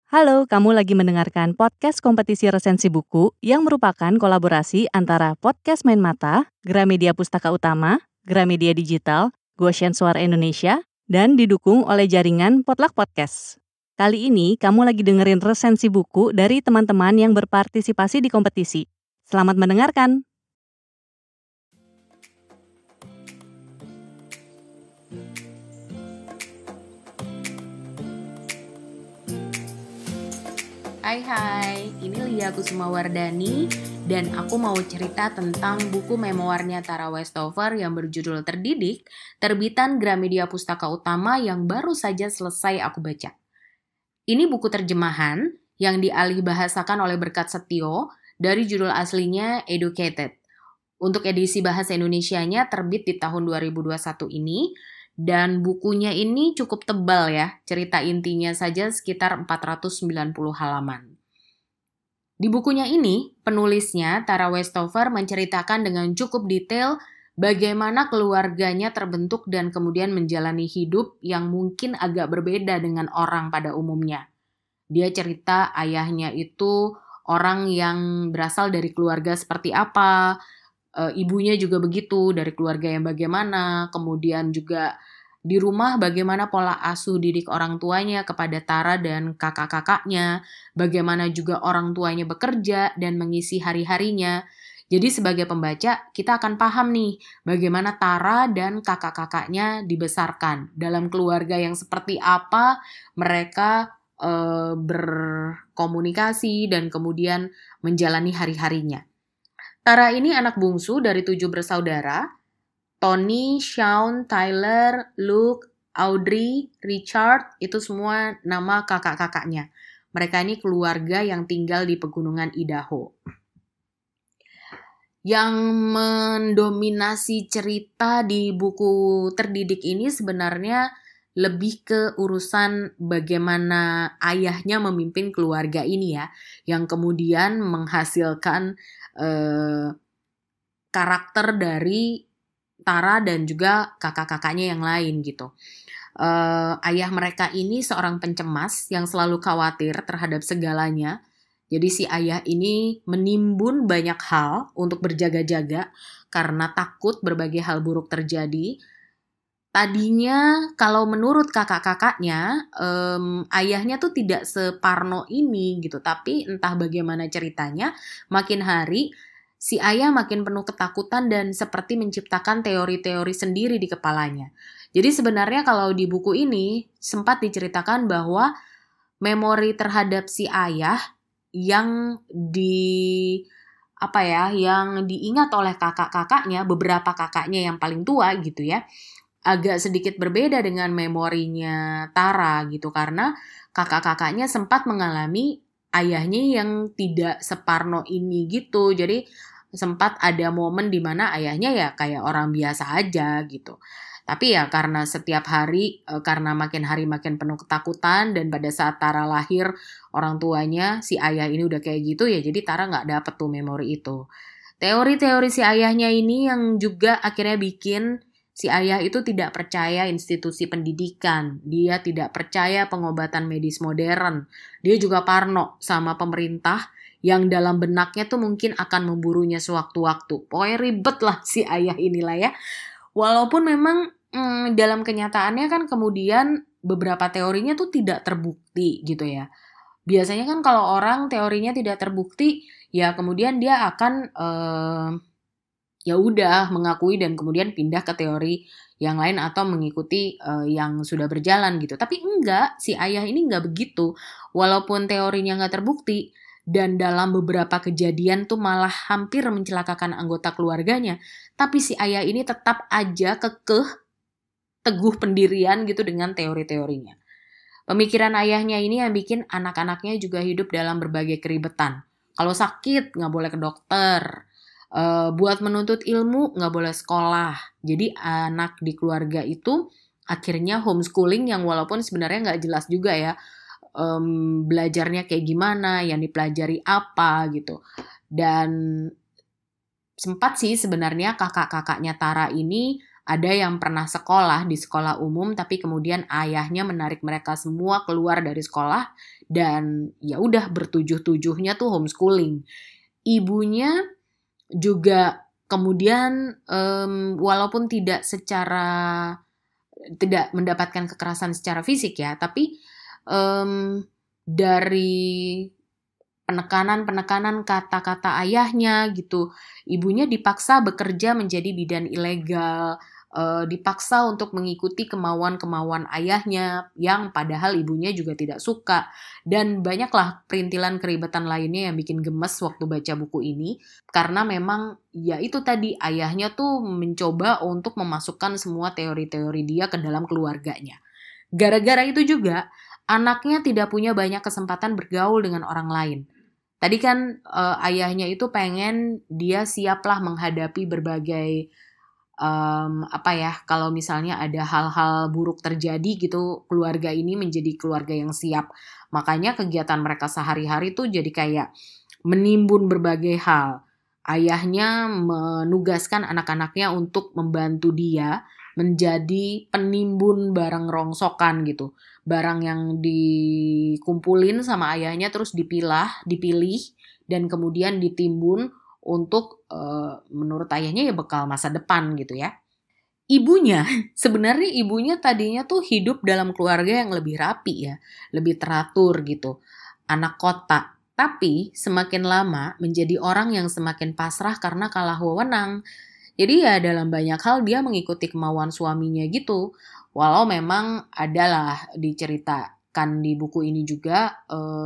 Halo, kamu lagi mendengarkan podcast kompetisi resensi buku yang merupakan kolaborasi antara Podcast Main Mata, Gramedia Pustaka Utama, Gramedia Digital, Goshen Suara Indonesia, dan didukung oleh jaringan Potluck Podcast. Kali ini kamu lagi dengerin resensi buku dari teman-teman yang berpartisipasi di kompetisi. Selamat mendengarkan! Hai, ini Lia Kusumawardani dan aku mau cerita tentang buku memoarnya Tara Westover yang berjudul Terdidik, terbitan Gramedia Pustaka Utama yang baru saja selesai aku baca. Ini buku terjemahan yang dialih bahasakan oleh Berkat Setio dari judul aslinya Educated. Untuk edisi bahasa Indonesianya terbit di tahun 2021 ini. Dan bukunya ini cukup tebal ya, cerita intinya saja sekitar 490 halaman. Di bukunya ini, penulisnya Tara Westover menceritakan dengan cukup detail bagaimana keluarganya terbentuk dan kemudian menjalani hidup yang mungkin agak berbeda dengan orang pada umumnya. Dia cerita ayahnya itu orang yang berasal dari keluarga seperti apa, ibunya juga begitu, dari keluarga yang bagaimana, kemudian juga di rumah bagaimana pola asuh didik orang tuanya kepada Tara dan kakak-kakaknya, bagaimana juga orang tuanya bekerja dan mengisi hari-harinya. Jadi sebagai pembaca, kita akan paham nih bagaimana Tara dan kakak-kakaknya dibesarkan, dalam keluarga yang seperti apa mereka berkomunikasi dan kemudian menjalani hari-harinya. Tara ini anak bungsu dari 7 bersaudara, Tony, Shawn, Tyler, Luke, Audrey, Richard, itu semua nama kakak-kakaknya. Mereka ini keluarga yang tinggal di pegunungan Idaho. Yang mendominasi cerita di buku Terdidik ini sebenarnya lebih ke urusan bagaimana ayahnya memimpin keluarga ini ya, yang kemudian menghasilkan karakter dari Tara dan juga kakak-kakaknya yang lain gitu. Ayah mereka ini seorang pencemas yang selalu khawatir terhadap segalanya. Jadi si ayah ini menimbun banyak hal untuk berjaga-jaga karena takut berbagai hal buruk terjadi. Tadinya kalau menurut kakak-kakaknya, ayahnya tuh tidak separno ini gitu. Tapi entah bagaimana ceritanya, makin hari si ayah makin penuh ketakutan dan seperti menciptakan teori-teori sendiri di kepalanya. Jadi sebenarnya kalau di buku ini sempat diceritakan bahwa memori terhadap si ayah yang yang diingat oleh kakak-kakaknya, beberapa kakaknya yang paling tua gitu ya, agak sedikit berbeda dengan memorinya Tara gitu, karena kakak-kakaknya sempat mengalami ayahnya yang tidak separno ini gitu. Jadi sempat ada momen di mana ayahnya ya kayak orang biasa aja gitu. Tapi ya karena setiap hari, karena makin hari makin penuh ketakutan, dan pada saat Tara lahir orang tuanya si ayah ini udah kayak gitu ya, jadi Tara nggak dapet tuh memori itu. Teori-teori si ayahnya ini yang juga akhirnya bikin si ayah itu tidak percaya institusi pendidikan, dia tidak percaya pengobatan medis modern, dia juga parno sama pemerintah yang dalam benaknya tuh mungkin akan memburunya sewaktu-waktu. Pokoknya ribet lah si ayah inilah ya. Walaupun memang dalam kenyataannya kan kemudian beberapa teorinya tuh tidak terbukti gitu ya. Biasanya kan kalau orang teorinya tidak terbukti, ya kemudian dia akan ya udah mengakui dan kemudian pindah ke teori yang lain atau mengikuti yang sudah berjalan gitu. Tapi enggak, si ayah ini enggak begitu. Walaupun teorinya enggak terbukti dan dalam beberapa kejadian tuh malah hampir mencelakakan anggota keluarganya, tapi si ayah ini tetap aja kekeh, teguh pendirian gitu dengan teori-teorinya. Pemikiran ayahnya ini yang bikin anak-anaknya juga hidup dalam berbagai keribetan. Kalau sakit nggak boleh ke dokter. Buat menuntut ilmu nggak boleh sekolah. Jadi anak di keluarga itu akhirnya homeschooling yang walaupun sebenarnya nggak jelas juga ya belajarnya kayak gimana, yang dipelajari apa gitu. Dan sempat sih sebenarnya kakak-kakaknya Tara ini Ada yang pernah sekolah di sekolah umum tapi kemudian ayahnya menarik mereka semua keluar dari sekolah dan ya udah bertujuh-tujuhnya tuh homeschooling. Ibunya juga kemudian walaupun tidak mendapatkan kekerasan secara fisik ya, tapi dari penekanan kata-kata ayahnya gitu, ibunya dipaksa bekerja menjadi bidan ilegal, dipaksa untuk mengikuti kemauan-kemauan ayahnya yang padahal ibunya juga tidak suka, dan banyaklah perintilan keribetan lainnya yang bikin gemes waktu baca buku ini karena memang ya itu tadi ayahnya tuh mencoba untuk memasukkan semua teori-teori dia ke dalam keluarganya. Gara-gara itu juga anaknya tidak punya banyak kesempatan bergaul dengan orang lain. Tadi kan ayahnya itu pengen dia siaplah menghadapi berbagai kalau misalnya ada hal-hal buruk terjadi gitu, keluarga ini menjadi keluarga yang siap. Makanya kegiatan mereka sehari-hari tuh jadi kayak menimbun berbagai hal. Ayahnya menugaskan anak-anaknya untuk membantu dia menjadi penimbun barang rongsokan gitu. Barang yang dikumpulin sama ayahnya terus dipilih dan kemudian ditimbun untuk menurut ayahnya ya bekal masa depan gitu ya. Sebenarnya ibunya tadinya tuh hidup dalam keluarga yang lebih rapi ya, lebih teratur gitu. Anak kota, tapi semakin lama menjadi orang yang semakin pasrah karena kalah wewenang. Jadi ya dalam banyak hal dia mengikuti kemauan suaminya gitu. Walau memang adalah diceritakan di buku ini juga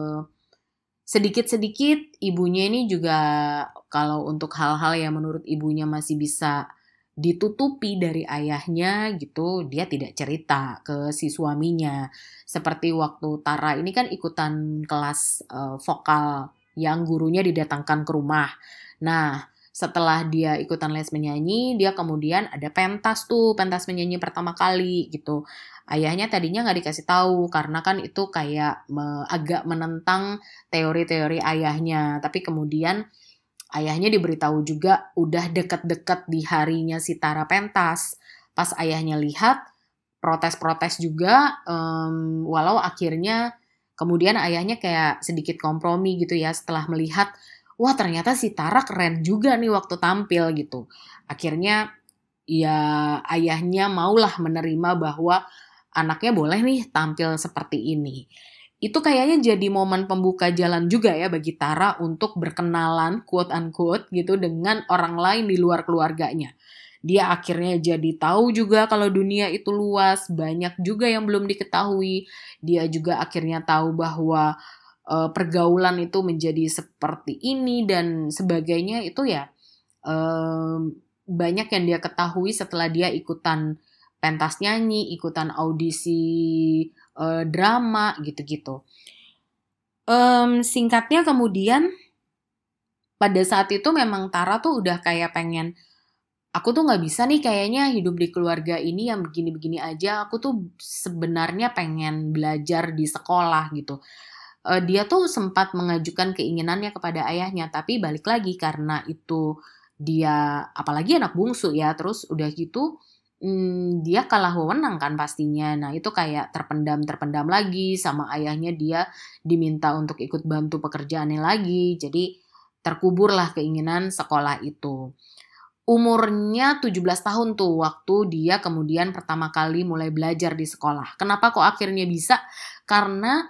sedikit-sedikit ibunya ini juga kalau untuk hal-hal yang menurut ibunya masih bisa ditutupi dari ayahnya gitu, dia tidak cerita ke si suaminya. Seperti waktu Tara ini kan ikutan kelas vokal yang gurunya didatangkan ke rumah. Nah, setelah dia ikutan les menyanyi, dia kemudian ada pentas menyanyi pertama kali gitu. Ayahnya tadinya nggak dikasih tahu karena kan itu kayak agak menentang teori-teori ayahnya. Tapi kemudian ayahnya diberitahu juga udah deket-deket di harinya si Tara pentas. Pas ayahnya lihat, protes-protes juga, walau akhirnya kemudian ayahnya kayak sedikit kompromi gitu ya setelah melihat wah ternyata si Tara keren juga nih waktu tampil gitu. Akhirnya ya ayahnya maulah menerima bahwa anaknya boleh nih tampil seperti ini. Itu kayaknya jadi momen pembuka jalan juga ya bagi Tara untuk berkenalan quote unquote gitu dengan orang lain di luar keluarganya. Dia akhirnya jadi tahu juga kalau dunia itu luas, banyak juga yang belum diketahui. Dia juga akhirnya tahu bahwa pergaulan itu menjadi seperti ini dan sebagainya itu ya banyak yang dia ketahui setelah dia ikutan pentas nyanyi, ikutan audisi drama gitu-gitu. Singkatnya kemudian pada saat itu memang Tara tuh udah kayak pengen, aku tuh gak bisa nih kayaknya hidup di keluarga ini yang begini-begini aja, aku tuh sebenarnya pengen belajar di sekolah gitu. Dia tuh sempat mengajukan keinginannya kepada ayahnya, tapi balik lagi karena itu dia apalagi anak bungsu ya, terus udah gitu dia kalah wewenang kan pastinya. Nah itu kayak terpendam lagi sama ayahnya, dia diminta untuk ikut bantu pekerjaannya lagi, jadi terkuburlah keinginan sekolah itu. Umurnya 17 tahun tuh waktu dia kemudian pertama kali mulai belajar di sekolah. Kenapa kok akhirnya bisa? Karena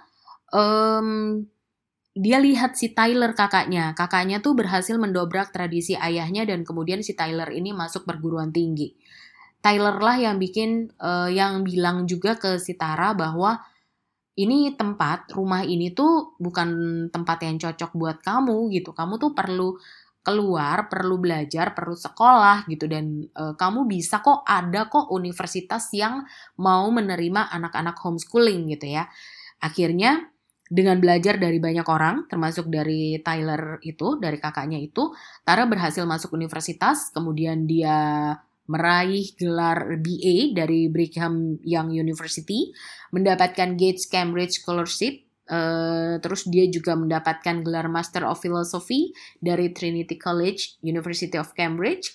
dia lihat si Tyler kakaknya tuh berhasil mendobrak tradisi ayahnya dan kemudian si Tyler ini masuk perguruan tinggi. Tyler lah yang bilang juga ke si Tara bahwa ini rumah ini tuh bukan tempat yang cocok buat kamu gitu. Kamu tuh perlu keluar, perlu belajar, perlu sekolah gitu, dan kamu bisa kok, ada kok universitas yang mau menerima anak-anak homeschooling gitu ya. Akhirnya dengan belajar dari banyak orang, termasuk dari Tyler itu, dari kakaknya itu, Tara berhasil masuk universitas, kemudian dia meraih gelar BA dari Brigham Young University, mendapatkan Gates Cambridge Scholarship, terus dia juga mendapatkan gelar Master of Philosophy dari Trinity College, University of Cambridge.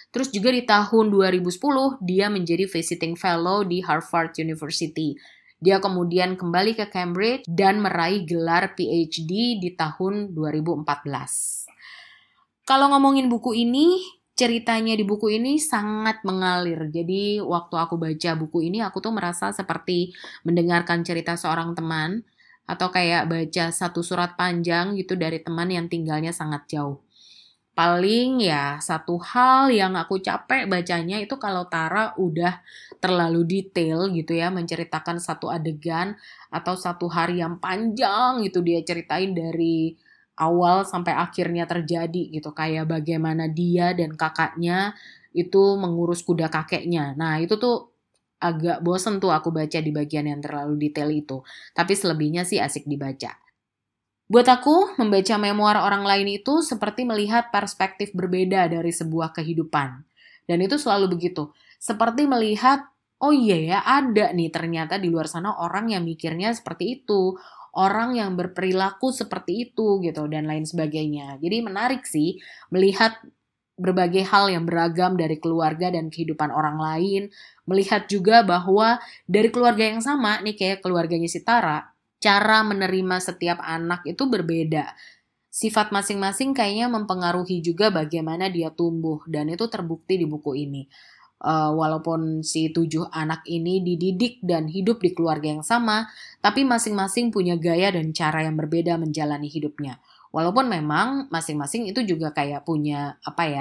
Terus juga di tahun 2010 dia menjadi visiting fellow di Harvard University. Dia kemudian kembali ke Cambridge dan meraih gelar PhD di tahun 2014. Kalau ngomongin buku ini, ceritanya di buku ini sangat mengalir. Jadi waktu aku baca buku ini, aku tuh merasa seperti mendengarkan cerita seorang teman atau kayak baca satu surat panjang gitu dari teman yang tinggalnya sangat jauh. Paling ya satu hal yang aku capek bacanya itu kalau Tara udah terlalu detail gitu ya, menceritakan satu adegan atau satu hari yang panjang gitu dia ceritain dari awal sampai akhirnya terjadi gitu. Kayak bagaimana dia dan kakaknya itu mengurus kuda kakeknya. Nah itu tuh agak bosen tuh aku baca di bagian yang terlalu detail itu. Tapi selebihnya sih asik dibaca. Buat aku, membaca memoir orang lain itu seperti melihat perspektif berbeda dari sebuah kehidupan. Dan itu selalu begitu. Seperti melihat, oh iya ya ada nih ternyata di luar sana orang yang mikirnya seperti itu. Orang yang berperilaku seperti itu gitu dan lain sebagainya. Jadi menarik sih melihat berbagai hal yang beragam dari keluarga dan kehidupan orang lain. Melihat juga bahwa dari keluarga yang sama, nih kayak keluarganya si Tara, cara menerima setiap anak itu berbeda. Sifat masing-masing kayaknya mempengaruhi juga bagaimana dia tumbuh. Dan itu terbukti di buku ini. Walaupun si 7 anak ini dididik dan hidup di keluarga yang sama, tapi masing-masing punya gaya dan cara yang berbeda menjalani hidupnya. Walaupun memang masing-masing itu juga kayak punya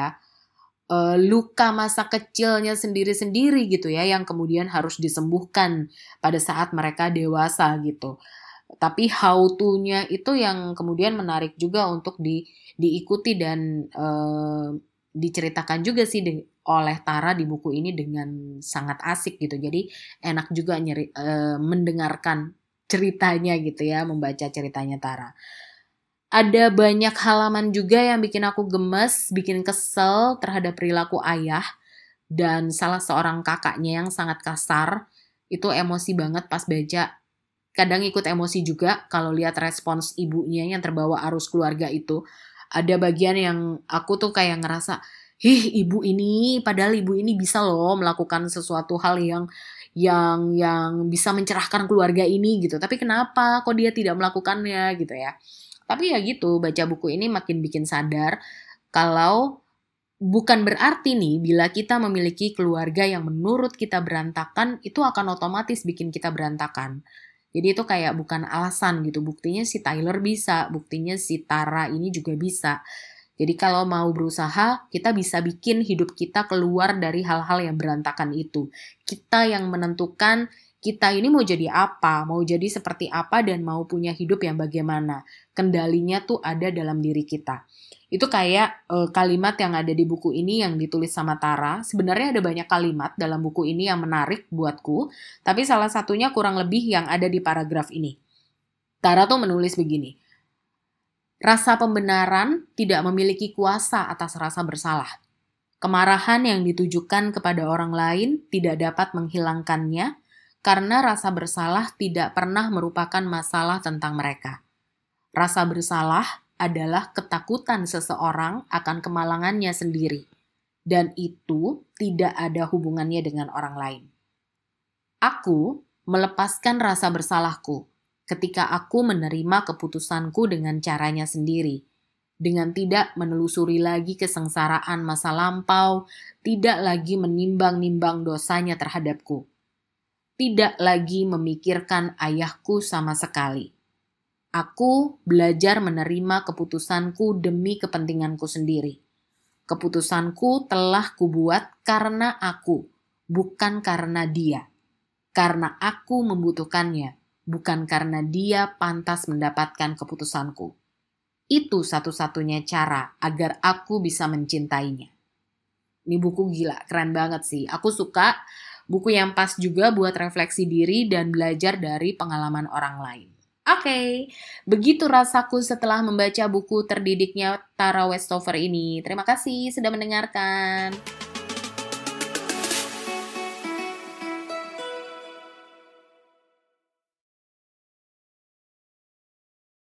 luka masa kecilnya sendiri-sendiri gitu ya, yang kemudian harus disembuhkan pada saat mereka dewasa gitu. Tapi how to-nya itu yang kemudian menarik juga untuk diikuti dan diceritakan juga sih oleh Tara di buku ini dengan sangat asik gitu. Jadi enak juga mendengarkan ceritanya gitu ya, membaca ceritanya Tara. Ada banyak halaman juga yang bikin aku gemes, bikin kesel terhadap perilaku ayah dan salah seorang kakaknya yang sangat kasar. Itu emosi banget pas baca. Kadang ikut emosi juga kalau lihat respons ibunya yang terbawa arus keluarga itu. Ada bagian yang aku tuh kayak ngerasa, ibu ini, padahal ibu ini bisa loh melakukan sesuatu hal yang bisa mencerahkan keluarga ini gitu. Tapi kenapa kok dia tidak melakukannya gitu ya. Tapi ya gitu, baca buku ini makin bikin sadar kalau bukan berarti nih bila kita memiliki keluarga yang menurut kita berantakan, itu akan otomatis bikin kita berantakan. Jadi itu kayak bukan alasan gitu. Buktinya si Tyler bisa, buktinya si Tara ini juga bisa. Jadi kalau mau berusaha, kita bisa bikin hidup kita keluar dari hal-hal yang berantakan itu. Kita yang menentukan kita ini mau jadi apa, mau jadi seperti apa, dan mau punya hidup yang bagaimana. Kendalinya tuh ada dalam diri kita. Itu kayak kalimat yang ada di buku ini yang ditulis sama Tara. Sebenarnya ada banyak kalimat dalam buku ini yang menarik buatku, tapi salah satunya kurang lebih yang ada di paragraf ini. Tara tuh menulis begini. Rasa pembenaran tidak memiliki kuasa atas rasa bersalah. Kemarahan yang ditujukan kepada orang lain tidak dapat menghilangkannya, karena rasa bersalah tidak pernah merupakan masalah tentang mereka. Rasa bersalah adalah ketakutan seseorang akan kemalangannya sendiri, dan itu tidak ada hubungannya dengan orang lain. Aku melepaskan rasa bersalahku ketika aku menerima keputusanku dengan caranya sendiri, dengan tidak menelusuri lagi kesengsaraan masa lampau, tidak lagi menimbang-nimbang dosanya terhadapku. Tidak lagi memikirkan ayahku sama sekali. Aku belajar menerima keputusanku demi kepentinganku sendiri. Keputusanku telah kubuat karena aku, bukan karena dia. Karena aku membutuhkannya, bukan karena dia pantas mendapatkan keputusanku. Itu satu-satunya cara agar aku bisa mencintainya. Ini buku gila, keren banget sih. Aku suka. Buku yang pas juga buat refleksi diri dan belajar dari pengalaman orang lain. Oke, begitu rasaku setelah membaca buku terdidiknya Tara Westover ini. Terima kasih sudah mendengarkan.